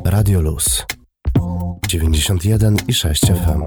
Radio Luz 91,6 FM.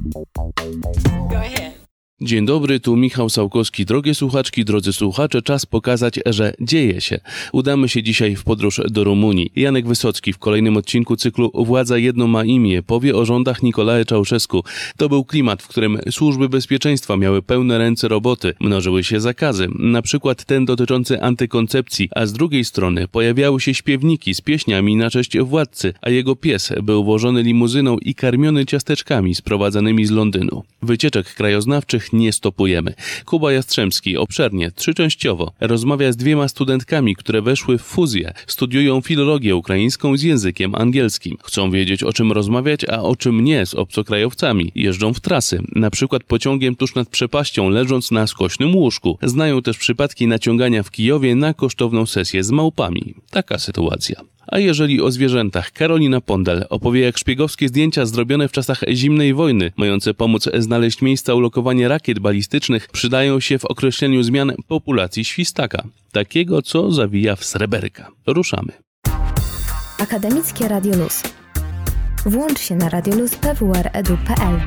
Dzień dobry, tu Michał Sałkowski. Drogie słuchaczki, drodzy słuchacze, czas pokazać, że dzieje się. Udamy się dzisiaj w podróż do Rumunii. Janek Wysocki w kolejnym odcinku cyklu Władza jedno ma imię powie o rządach Nicolae Ceausescu. To był klimat, w którym służby bezpieczeństwa miały pełne ręce roboty. Mnożyły się zakazy, na przykład ten dotyczący antykoncepcji, a z drugiej strony pojawiały się śpiewniki z pieśniami na cześć władcy, a jego pies był wożony limuzyną i karmiony ciasteczkami sprowadzanymi z Londynu. Wycieczek krajoznawczych nie stopujemy. Kuba Jastrzębski obszernie, trzyczęściowo rozmawia z dwiema studentkami, które weszły w fuzję. Studiują filologię ukraińską z językiem angielskim. Chcą wiedzieć, o czym rozmawiać, a o czym nie z obcokrajowcami. Jeżdżą w trasy, na przykład pociągiem tuż nad przepaścią, leżąc na skośnym łóżku. Znają też przypadki naciągania w Kijowie na kosztowną sesję z małpami. Taka sytuacja. A jeżeli o zwierzętach, Karolina Pondel opowie, jak szpiegowskie zdjęcia zrobione w czasach zimnej wojny, mające pomóc znaleźć miejsca ulokowania rakiet balistycznych, przydają się w określeniu zmian populacji świstaka. Takiego, co zawija w sreberka. Ruszamy. Akademickie Radio Luz. Włącz się na radioluz.pwr.edu.pl.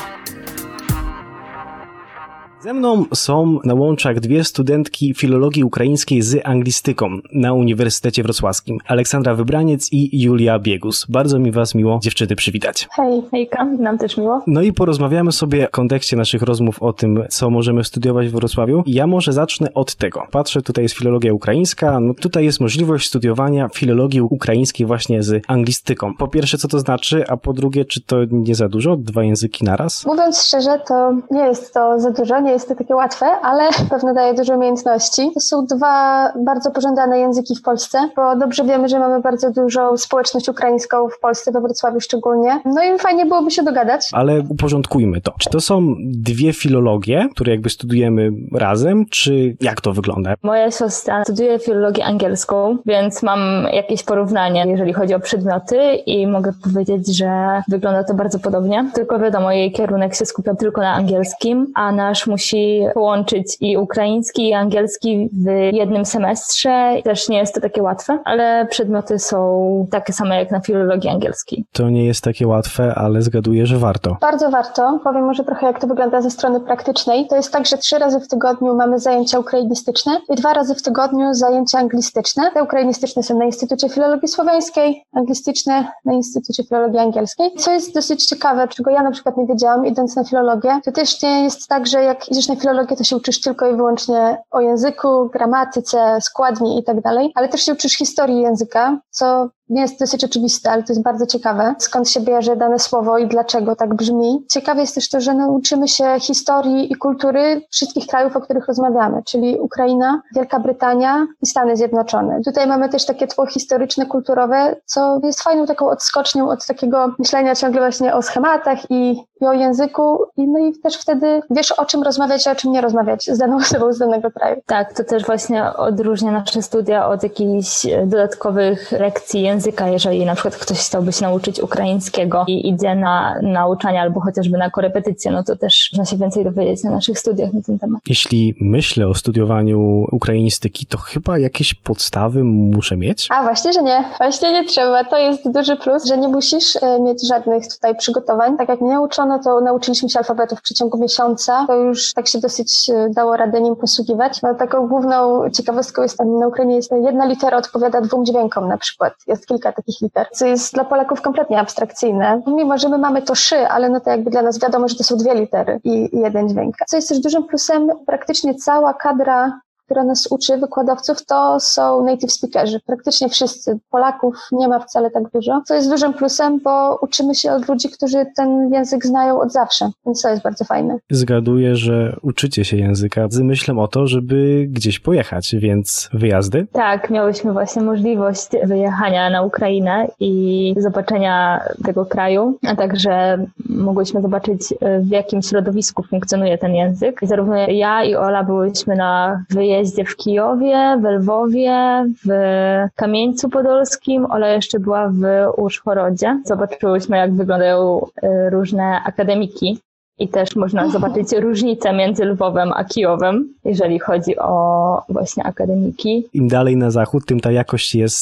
Ze mną są na łączach dwie studentki filologii ukraińskiej z anglistyką na Uniwersytecie Wrocławskim. Aleksandra Wybraniec i Julia Biegus. Bardzo mi was miło, dziewczyny, przywitać. Hej, hejka, nam też miło. No i porozmawiamy sobie w kontekście naszych rozmów o tym, co możemy studiować w Wrocławiu. Ja może zacznę od tego. Patrzę, tutaj jest filologia ukraińska, no tutaj jest możliwość studiowania filologii ukraińskiej właśnie z anglistyką. Po pierwsze, co to znaczy, a po drugie, czy to nie za dużo? 2 języki naraz? Mówiąc szczerze, to nie jest to za dużo, nie jest to takie łatwe, ale pewno daje dużo umiejętności. To są 2 bardzo pożądane języki w Polsce, bo dobrze wiemy, że mamy bardzo dużą społeczność ukraińską w Polsce, we Wrocławiu szczególnie. No i fajnie byłoby się dogadać. Ale uporządkujmy to. Czy to są 2 filologie, które jakby studujemy razem, czy jak to wygląda? Moja siostra studiuje filologię angielską, więc mam jakieś porównanie, jeżeli chodzi o przedmioty i mogę powiedzieć, że wygląda to bardzo podobnie. Tylko wiadomo, jej kierunek się skupia tylko na angielskim, a nasz musi połączyć i ukraiński, i angielski w jednym semestrze. Też nie jest to takie łatwe, ale przedmioty są takie same jak na filologii angielskiej. To nie jest takie łatwe, ale zgaduję, że warto. Bardzo warto. Powiem może trochę, jak to wygląda ze strony praktycznej. To jest tak, że 3 razy w tygodniu mamy zajęcia ukrainistyczne i 2 razy w tygodniu zajęcia anglistyczne. Te ukrainistyczne są na Instytucie Filologii Słowiańskiej, anglistyczne na Instytucie Filologii Angielskiej. Co jest dosyć ciekawe, czego ja na przykład nie wiedziałam, idąc na filologię, to też nie jest tak, że jak idziesz na filologię, to się uczysz tylko i wyłącznie o języku, gramatyce, składni i tak dalej, ale też się uczysz historii języka, co nie jest dosyć oczywiste, ale to jest bardzo ciekawe, skąd się bierze dane słowo i dlaczego tak brzmi. Ciekawe jest też to, że uczymy się historii i kultury wszystkich krajów, o których rozmawiamy, czyli Ukraina, Wielka Brytania i Stany Zjednoczone. Tutaj mamy też takie tło historyczne, kulturowe, co jest fajną taką odskocznią od takiego myślenia ciągle właśnie o schematach i o języku i też wtedy wiesz, o czym rozmawiać, a o czym nie rozmawiać z daną osobą z danego kraju. Tak, to też właśnie odróżnia nasze studia od jakichś dodatkowych lekcji języka, jeżeli na przykład ktoś chciałby się nauczyć ukraińskiego i idzie na nauczanie albo chociażby na korepetycję, no to też można się więcej dowiedzieć na naszych studiach na ten temat. Jeśli myślę o studiowaniu ukrainistyki, to chyba jakieś podstawy muszę mieć? A właśnie, że nie. Właśnie nie trzeba. To jest duży plus, że nie musisz mieć żadnych tutaj przygotowań. Tak jak mnie nauczono, to nauczyliśmy się alfabetu w przeciągu miesiąca. To już tak się dosyć dało radę nim posługiwać. No, taką główną ciekawostką jest tam na Ukrainie jest 1 litera odpowiada 2 dźwiękom na przykład. Jest kilka takich liter, co jest dla Polaków kompletnie abstrakcyjne. Mimo, że my mamy to szy, ale no to jakby dla nas wiadomo, że to są 2 litery i 1 dźwięk. Co jest też dużym plusem, praktycznie cała kadra, która nas uczy, wykładowców, to są native speakerzy. Praktycznie wszyscy. Polaków nie ma wcale tak dużo, co jest dużym plusem, bo uczymy się od ludzi, którzy ten język znają od zawsze, więc to jest bardzo fajne. Zgaduję, że uczycie się języka z myślą o to, żeby gdzieś pojechać, więc wyjazdy? Tak, miałyśmy właśnie możliwość wyjechania na Ukrainę i zobaczenia tego kraju, a także mogłyśmy zobaczyć, w jakim środowisku funkcjonuje ten język. I zarówno ja i Ola byłyśmy na wyjeździe w Kijowie, w Lwowie, w Kamieńcu Podolskim. Ola jeszcze była w Użhorodzie. Zobaczyłyśmy, jak wyglądają różne akademiki i też można zobaczyć różnicę między Lwowem a Kijowem, jeżeli chodzi o właśnie akademiki. Im dalej na zachód, tym ta jakość jest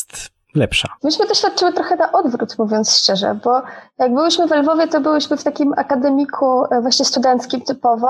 lepsza? Myśmy doświadczyły trochę na odwrót, mówiąc szczerze, bo jak byłyśmy w Lwowie, to byłyśmy w takim akademiku właśnie studenckim typowo,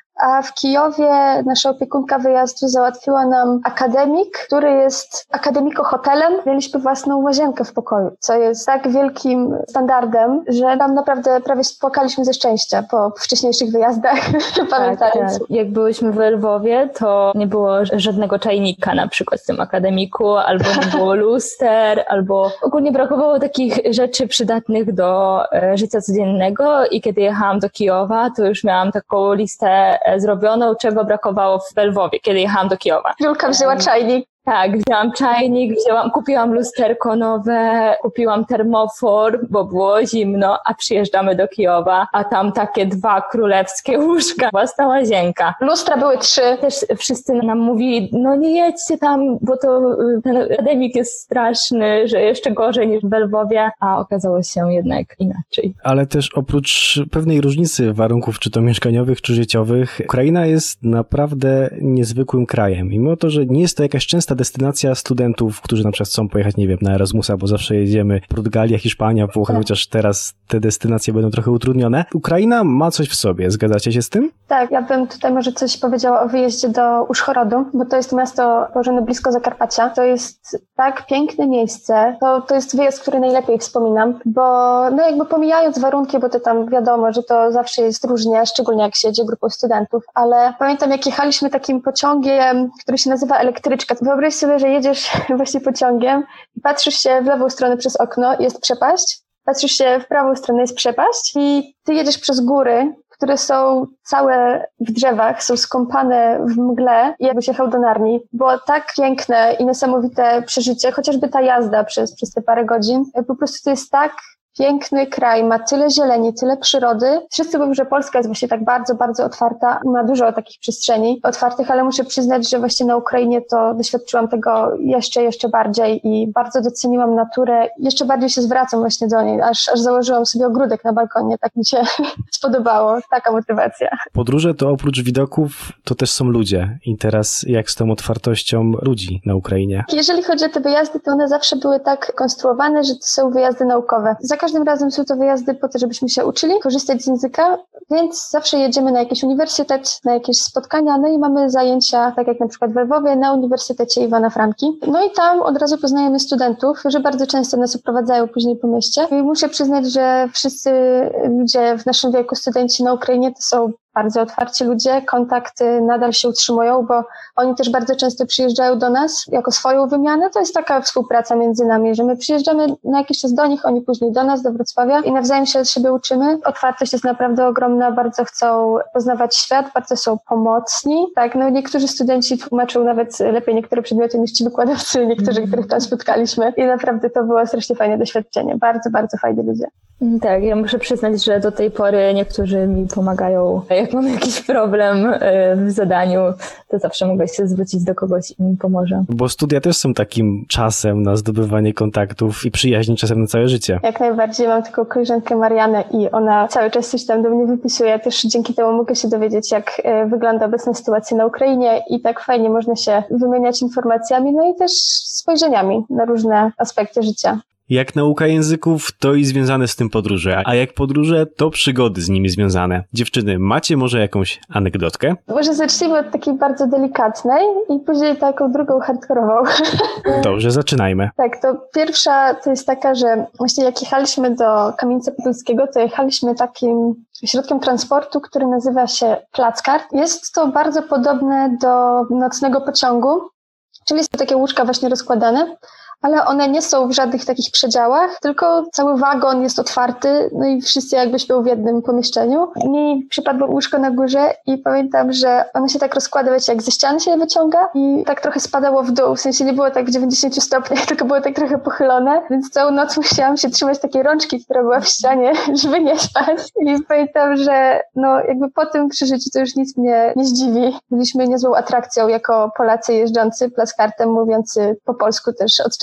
a w Kijowie nasza opiekunka wyjazdu załatwiła nam akademik, który jest akademiko-hotelem. Mieliśmy własną łazienkę w pokoju, co jest tak wielkim standardem, że tam naprawdę prawie płakaliśmy ze szczęścia po wcześniejszych wyjazdach, pamiętając. Tak. Jak byłyśmy w Lwowie, to nie było żadnego czajnika na przykład w tym akademiku, albo nie było luster, albo ogólnie brakowało takich rzeczy przydatnych do życia codziennego i kiedy jechałam do Kijowa, to już miałam taką listę zrobioną, czego brakowało w Lwowie, kiedy jechałam do Kijowa. Julka wzięła czajnik. Tak, wzięłam czajnik, kupiłam lusterko nowe, kupiłam termofor, bo było zimno, a przyjeżdżamy do Kijowa, a tam takie 2 królewskie łóżka, własna łazienka. Lustra były 3. Też wszyscy nam mówili, no nie jedźcie tam, bo to ten akademik jest straszny, że jeszcze gorzej niż w Lwowie, a okazało się jednak inaczej. Ale też oprócz pewnej różnicy warunków, czy to mieszkaniowych, czy życiowych, Ukraina jest naprawdę niezwykłym krajem. Mimo to, że nie jest to jakaś częsta destynacja studentów, którzy na przykład chcą pojechać, nie wiem, na Erasmusa, bo zawsze jedziemy Portugalia, Hiszpania, Włochy, chociaż teraz te destynacje będą trochę utrudnione. Ukraina ma coś w sobie. Zgadzacie się z tym? Tak, ja bym tutaj może coś powiedziała o wyjeździe do Użhorodu, bo to jest miasto położone blisko Zakarpacia. To jest tak piękne miejsce. To jest wyjazd, który najlepiej wspominam, bo no jakby pomijając warunki, bo to tam wiadomo, że to zawsze jest różnie, szczególnie jak się jedzie grupą studentów, ale pamiętam, jak jechaliśmy takim pociągiem, który się nazywa Elektryczka. Wyobraź sobie, że jedziesz właśnie pociągiem i patrzysz się w lewą stronę przez okno, jest przepaść, patrzysz się w prawą stronę, jest przepaść i ty jedziesz przez góry, które są całe w drzewach, są skąpane w mgle i jakbyś jechał do Narni. Było tak piękne i niesamowite przeżycie, chociażby ta jazda przez te parę godzin. Po prostu to jest tak piękny kraj, ma tyle zieleni, tyle przyrody. Wszyscy mówią, że Polska jest właśnie tak bardzo, bardzo otwarta. Ma dużo takich przestrzeni otwartych, ale muszę przyznać, że właśnie na Ukrainie to doświadczyłam tego jeszcze bardziej i bardzo doceniłam naturę. Jeszcze bardziej się zwracam właśnie do niej, aż założyłam sobie ogródek na balkonie. Tak mi się spodobało. Taka motywacja. Podróże to oprócz widoków, to też są ludzie. I teraz jak z tą otwartością ludzi na Ukrainie? Jeżeli chodzi o te wyjazdy, to one zawsze były tak konstruowane, że to są wyjazdy naukowe. Za każdym razem są to wyjazdy po to, żebyśmy się uczyli korzystać z języka, więc zawsze jedziemy na jakiś uniwersytet, na jakieś spotkania, no i mamy zajęcia, tak jak na przykład w Lwowie, na Uniwersytecie Iwana Franki. No i tam od razu poznajemy studentów, którzy bardzo często nas oprowadzają później po mieście. I muszę przyznać, że wszyscy ludzie w naszym wieku, studenci na Ukrainie, to są bardzo otwarci ludzie, kontakty nadal się utrzymują, bo oni też bardzo często przyjeżdżają do nas jako swoją wymianę. To jest taka współpraca między nami, że my przyjeżdżamy na jakiś czas do nich, oni później do nas, do Wrocławia i nawzajem się od siebie uczymy. Otwartość jest naprawdę ogromna, bardzo chcą poznawać świat, bardzo są pomocni. Tak, no niektórzy studenci tłumaczą nawet lepiej niektóre przedmioty niż ci wykładowcy, niektórzy, których tam spotkaliśmy i naprawdę to było strasznie fajne doświadczenie. Bardzo, bardzo fajni ludzie. Tak, ja muszę przyznać, że do tej pory niektórzy mi pomagają. Jak mam jakiś problem w zadaniu, to zawsze mogę się zwrócić do kogoś i mi pomoże. Bo studia też są takim czasem na zdobywanie kontaktów i przyjaźni czasem na całe życie. Jak najbardziej. Mam taką koleżankę Marianę i ona cały czas coś tam do mnie wypisuje. Też dzięki temu mogę się dowiedzieć, jak wygląda obecna sytuacja na Ukrainie i tak fajnie można się wymieniać informacjami, no i też spojrzeniami na różne aspekty życia. Jak nauka języków, to i związane z tym podróże, a jak podróże, to przygody z nimi związane. Dziewczyny, macie może jakąś anegdotkę? Może zacznijmy od takiej bardzo delikatnej i później taką drugą hardkorową. Dobrze, zaczynajmy. Tak, to pierwsza to jest taka, że właśnie jak jechaliśmy do Kamieńca Podolskiego, to jechaliśmy takim środkiem transportu, który nazywa się Plackart. Jest to bardzo podobne do nocnego pociągu, czyli są takie łóżka właśnie rozkładane, ale one nie są w żadnych takich przedziałach, tylko cały wagon jest otwarty, no i wszyscy jakby śpią w jednym pomieszczeniu. Mi przypadło łóżko na górze i pamiętam, że ono się tak rozkłada, wiecie, jak ze ściany się wyciąga i tak trochę spadało w dół, w sensie nie było tak w 90 stopniach, tylko było tak trochę pochylone, więc całą noc musiałam się trzymać takiej rączki, która była w ścianie, żeby nie spać. I pamiętam, że no jakby po tym przeżyciu to już nic mnie nie zdziwi. Byliśmy niezłą atrakcją jako Polacy jeżdżący Plackartem, mówiący po polsku też od czasu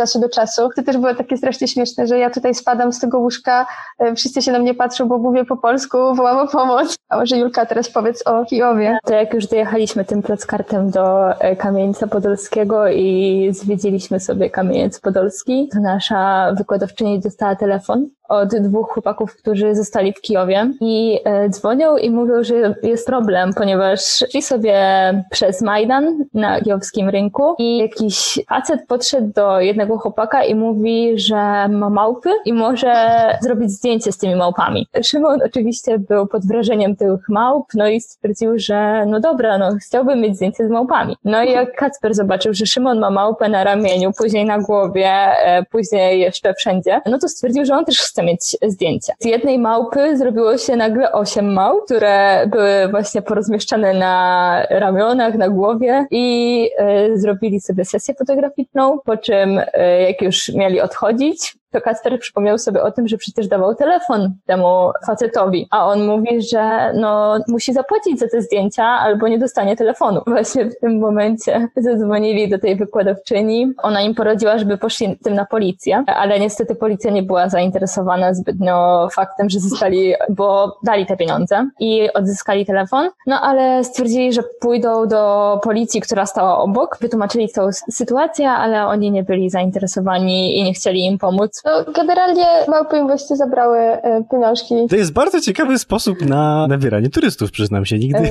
czasu do czasu. To też było takie strasznie śmieszne, że ja tutaj spadam z tego łóżka, wszyscy się na mnie patrzą, bo mówię po polsku, wołam o pomoc. A może Julka teraz powiedz o Kijowie. To jak już dojechaliśmy tym plackartem do Kamieńca Podolskiego i zwiedziliśmy sobie Kamieniec Podolski, to nasza wykładowczyni dostała telefon od 2 chłopaków, którzy zostali w Kijowie i dzwonią i mówią, że jest problem, ponieważ szli sobie przez Majdan na kijowskim rynku i jakiś facet podszedł do jednego chłopaka i mówi, że ma małpy i może zrobić zdjęcie z tymi małpami. Szymon oczywiście był pod wrażeniem tych małp, no i stwierdził, że no dobra, no chciałbym mieć zdjęcie z małpami. No i jak Kacper zobaczył, że Szymon ma małpę na ramieniu, później na głowie, później jeszcze wszędzie, no to stwierdził, że on też chce mieć zdjęcie. Z jednej małpy zrobiło się nagle 8 małp, które były właśnie porozmieszczane na ramionach, na głowie i zrobili sobie sesję fotograficzną, po czym jak już mieli odchodzić, to Kacper przypomniał sobie o tym, że przecież dawał telefon temu facetowi, a on mówi, że no musi zapłacić za te zdjęcia albo nie dostanie telefonu. Właśnie w tym momencie zadzwonili do tej wykładowczyni. Ona im poradziła, żeby poszli tym na policję, ale niestety policja nie była zainteresowana zbytnio faktem, że zyskali, bo dali te pieniądze i odzyskali telefon, no ale stwierdzili, że pójdą do policji, która stała obok, wytłumaczyli całą sytuację, ale oni nie byli zainteresowani i nie chcieli im pomóc. No, generalnie małpy im właśnie zabrały pieniążki. To jest bardzo ciekawy sposób na nabieranie turystów, przyznam się. Nigdy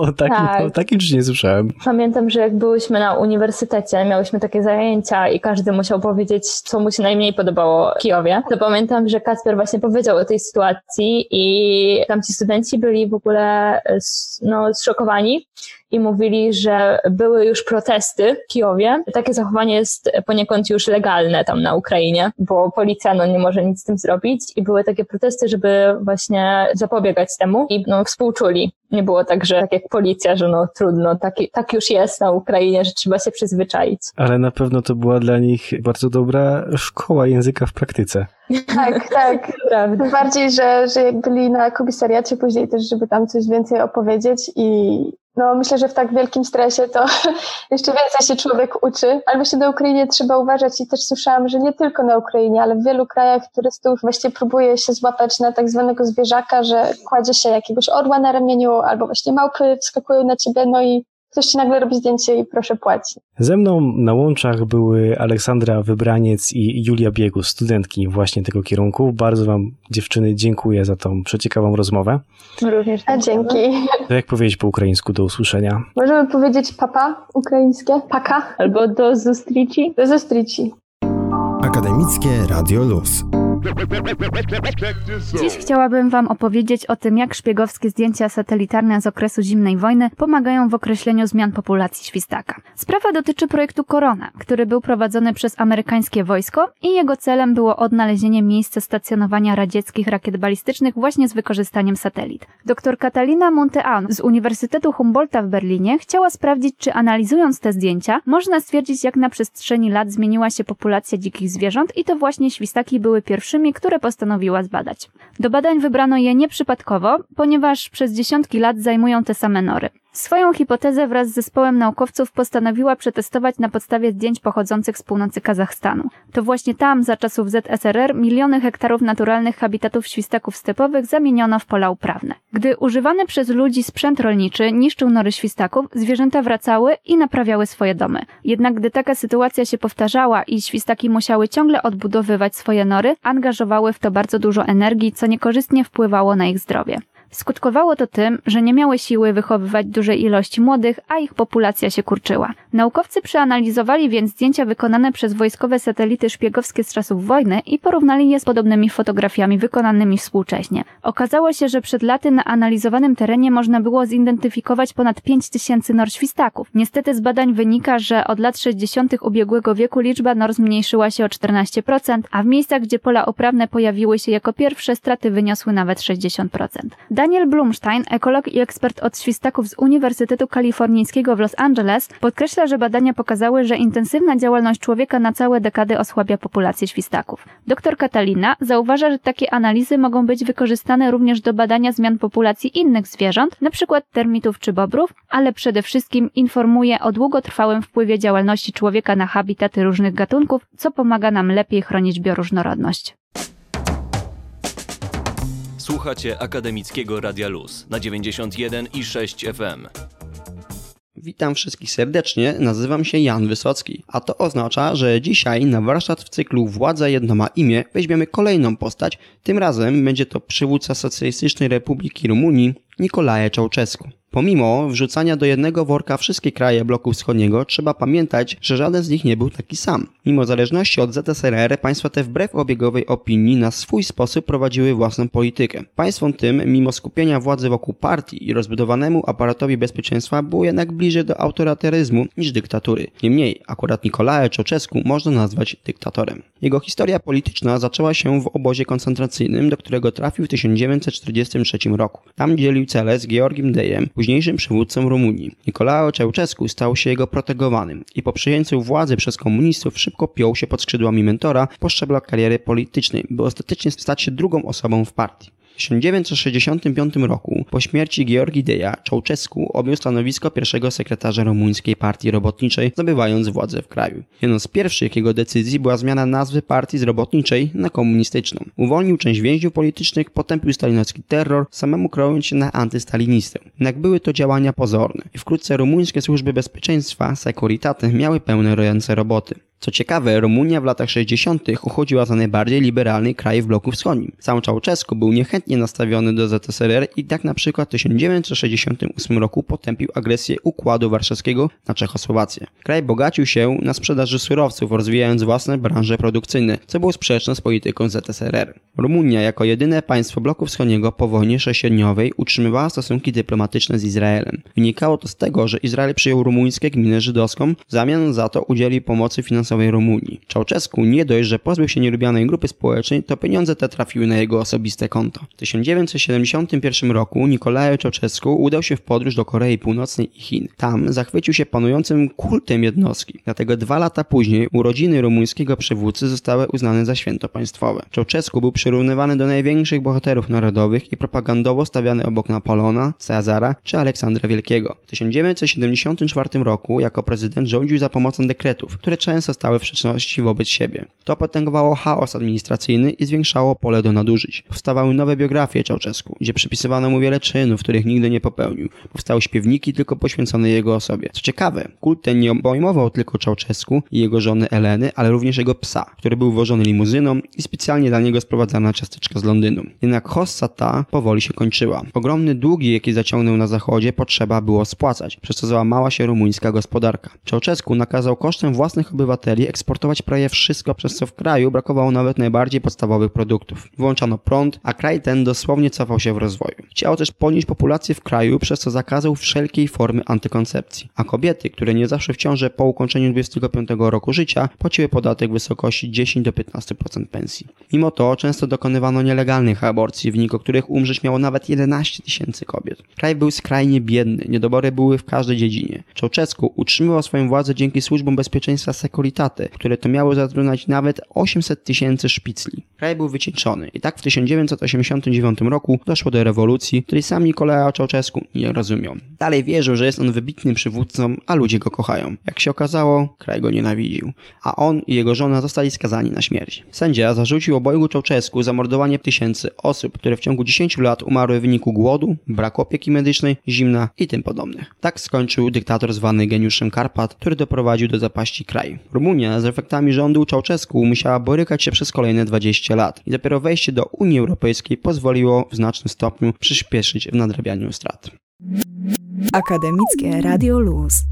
o takim czy nie słyszałem. Pamiętam, że jak byłyśmy na uniwersytecie, miałyśmy takie zajęcia i każdy musiał powiedzieć, co mu się najmniej podobało w Kijowie. To pamiętam, że Kacper właśnie powiedział o tej sytuacji i tamci studenci byli w ogóle zszokowani i mówili, że były już protesty w Kijowie. Takie zachowanie jest poniekąd już legalne tam na Ukrainie, bo policja nie może nic z tym zrobić i były takie protesty, żeby właśnie zapobiegać temu i współczuli. Nie było tak, że tak jak policja, że trudno, tak już jest na Ukrainie, że trzeba się przyzwyczaić. Ale na pewno to była dla nich bardzo dobra szkoła języka w praktyce. Tak. Prawda. Tym bardziej, że jak byli na komisariacie później też, żeby tam coś więcej opowiedzieć i myślę, że w tak wielkim stresie to jeszcze więcej się człowiek uczy. Ale myślę, że na Ukrainie trzeba uważać i też słyszałam, że nie tylko na Ukrainie, ale w wielu krajach turystów właśnie próbuje się złapać na tak zwanego zwierzaka, że kładzie się jakiegoś orła na ramieniu albo właśnie małpy wskakują na ciebie, i ktoś ci nagle robi zdjęcie i proszę płaci. Ze mną na łączach były Aleksandra Wybraniec i Julia Biegus, studentki właśnie tego kierunku. Bardzo wam, dziewczyny, dziękuję za tą przeciekawą rozmowę. Również dzięki. To jak powiedzieć po ukraińsku do usłyszenia? Możemy powiedzieć papa ukraińskie, paka. Albo do zustrici. Do zustrici. Akademickie Radio Luz. Dziś chciałabym wam opowiedzieć o tym, jak szpiegowskie zdjęcia satelitarne z okresu zimnej wojny pomagają w określeniu zmian populacji świstaka. Sprawa dotyczy projektu Korona, który był prowadzony przez amerykańskie wojsko i jego celem było odnalezienie miejsca stacjonowania radzieckich rakiet balistycznych właśnie z wykorzystaniem satelit. Dr Katalina Muntean z Uniwersytetu Humboldta w Berlinie chciała sprawdzić, czy analizując te zdjęcia, można stwierdzić, jak na przestrzeni lat zmieniła się populacja dzikich zwierząt i to właśnie świstaki były pierwszymi, które postanowiła zbadać. Do badań wybrano je nieprzypadkowo, ponieważ przez dziesiątki lat zajmują te same nory. Swoją hipotezę wraz z zespołem naukowców postanowiła przetestować na podstawie zdjęć pochodzących z północy Kazachstanu. To właśnie tam, za czasów ZSRR, miliony hektarów naturalnych habitatów świstaków stepowych zamieniono w pola uprawne. Gdy używany przez ludzi sprzęt rolniczy niszczył nory świstaków, zwierzęta wracały i naprawiały swoje domy. Jednak gdy taka sytuacja się powtarzała i świstaki musiały ciągle odbudowywać swoje nory, angażowały w to bardzo dużo energii, co niekorzystnie wpływało na ich zdrowie. Skutkowało to tym, że nie miały siły wychowywać dużej ilości młodych, a ich populacja się kurczyła. Naukowcy przeanalizowali więc zdjęcia wykonane przez wojskowe satelity szpiegowskie z czasów wojny i porównali je z podobnymi fotografiami wykonanymi współcześnie. Okazało się, że przed laty na analizowanym terenie można było zidentyfikować ponad 5000 nor świstaków. Niestety z badań wynika, że od lat 60. ubiegłego wieku liczba nor zmniejszyła się o 14%, a w miejscach, gdzie pola uprawne pojawiły się jako pierwsze, straty wyniosły nawet 60%. Daniel Blumstein, ekolog i ekspert od świstaków z Uniwersytetu Kalifornijskiego w Los Angeles, podkreśla, że badania pokazały, że intensywna działalność człowieka na całe dekady osłabia populację świstaków. Dr Katalina zauważa, że takie analizy mogą być wykorzystane również do badania zmian populacji innych zwierząt, np. termitów czy bobrów, ale przede wszystkim informuje o długotrwałym wpływie działalności człowieka na habitaty różnych gatunków, co pomaga nam lepiej chronić bioróżnorodność. Słuchacie Akademickiego Radia Luz na 91,6 FM. Witam wszystkich serdecznie, nazywam się Jan Wysocki, a to oznacza, że dzisiaj na warsztat w cyklu Władza jedno ma imię weźmiemy kolejną postać, tym razem będzie to przywódca Socjalistycznej Republiki Rumunii Nicolae Ceausescu. Pomimo wrzucania do jednego worka wszystkie kraje bloku wschodniego, trzeba pamiętać, że żaden z nich nie był taki sam. Mimo zależności od ZSRR, państwa te wbrew obiegowej opinii na swój sposób prowadziły własną politykę. Państwom tym, mimo skupienia władzy wokół partii i rozbudowanemu aparatowi bezpieczeństwa, było jednak bliżej do autorytaryzmu niż dyktatury. Niemniej, akurat Nicolae Ceausescu można nazwać dyktatorem. Jego historia polityczna zaczęła się w obozie koncentracyjnym, do którego trafił w 1943 roku. Tam dzielił cele z Georgiem Dejem, późniejszym przywódcą Rumunii. Nicolae Ceausescu stał się jego protegowanym i po przejęciu władzy przez komunistów szybko piął się pod skrzydłami mentora po szczeblach kariery politycznej, by ostatecznie stać się drugą osobą w partii. W 1965 roku, po śmierci Georgi Deja, Ceausescu objął stanowisko pierwszego sekretarza rumuńskiej partii robotniczej, zdobywając władzę w kraju. Jedną z pierwszych jego decyzji była zmiana nazwy partii z robotniczej na komunistyczną. Uwolnił część więźniów politycznych, potępił stalinowski terror, samemu kreując się na antystalinistę. Jednak były to działania pozorne i wkrótce rumuńskie służby bezpieczeństwa, Securitate, miały pełne ręce roboty. Co ciekawe, Rumunia w latach 60. uchodziła za najbardziej liberalny kraj w bloku wschodnim. Sam Ceausescu był niechętnie nastawiony do ZSRR i tak na przykład w 1968 roku potępił agresję Układu Warszawskiego na Czechosłowację. Kraj bogacił się na sprzedaży surowców, rozwijając własne branże produkcyjne, co było sprzeczne z polityką ZSRR. Rumunia jako jedyne państwo bloku wschodniego po wojnie sześciodniowej utrzymywała stosunki dyplomatyczne z Izraelem. Wynikało to z tego, że Izrael przyjął rumuńskie gminę żydowską, w zamian za to udzielił pomocy finansowej Rumunii. Ceausescu nie dość, że pozbył się nielubianej grupy społecznej, to pieniądze te trafiły na jego osobiste konto. W 1971 roku Nicolae Ceausescu udał się w podróż do Korei Północnej i Chin. Tam zachwycił się panującym kultem jednostki. Dlatego 2 lata później urodziny rumuńskiego przywódcy zostały uznane za święto państwowe. Ceausescu był przyrównywany do największych bohaterów narodowych i propagandowo stawiany obok Napoleona, Cezara czy Aleksandra Wielkiego. W 1974 roku jako prezydent rządził za pomocą dekretów, które często stały w sprzeczności wobec siebie. To potęgowało chaos administracyjny i zwiększało pole do nadużyć. Powstawały nowe biografie Ceausescu, gdzie przypisywano mu wiele czynów, których nigdy nie popełnił. Powstały śpiewniki tylko poświęcone jego osobie. Co ciekawe, kult ten nie obejmował tylko Ceausescu i jego żony Eleny, ale również jego psa, który był wożony limuzyną i specjalnie dla niego sprowadzana ciasteczka z Londynu. Jednak hossa ta powoli się kończyła. Ogromne długi, jakie zaciągnął na zachodzie, potrzeba było spłacać, przez co załamała się rumuńska gospodarka. Ceausescu nakazał kosztem własnych obywateli eksportować prawie wszystko, przez co w kraju brakowało nawet najbardziej podstawowych produktów. Włączano prąd, a kraj ten dosłownie cofał się w rozwoju. Chciał też podnieść populację w kraju, przez co zakazał wszelkiej formy antykoncepcji. A kobiety, które nie zawsze w ciąży po ukończeniu 25 roku życia, płaciły podatek w wysokości 10-15% pensji. Mimo to często dokonywano nielegalnych aborcji, w wyniku których umrzeć miało nawet 11 000 kobiet. Kraj był skrajnie biedny, niedobory były w każdej dziedzinie. Ceausescu utrzymywał swoją władzę dzięki służbom bezpieczeństwa Securitate, które to miały zatrudniać nawet 800 000 szpicli. Kraj był wycieńczony i tak w 1989 roku doszło do rewolucji, której sam Nicolae Ceausescu nie rozumiał. Dalej wierzył, że jest on wybitnym przywódcą, a ludzie go kochają. Jak się okazało, kraj go nienawidził, a on i jego żona zostali skazani na śmierć. Sędzia zarzucił obojgu Ceausescu zamordowanie tysięcy osób, które w ciągu 10 lat umarły w wyniku głodu, braku opieki medycznej, zimna i tym podobnych. Tak skończył dyktator zwany geniuszem Karpat, który doprowadził do zapaści kraju. Rumunia z efektami rządu Ceausescu musiała borykać się przez kolejne 20 lat i dopiero wejście do Unii Europejskiej pozwoliło w znacznym stopniu przyspieszyć w nadrabianiu strat. Akademickie Radio Luz.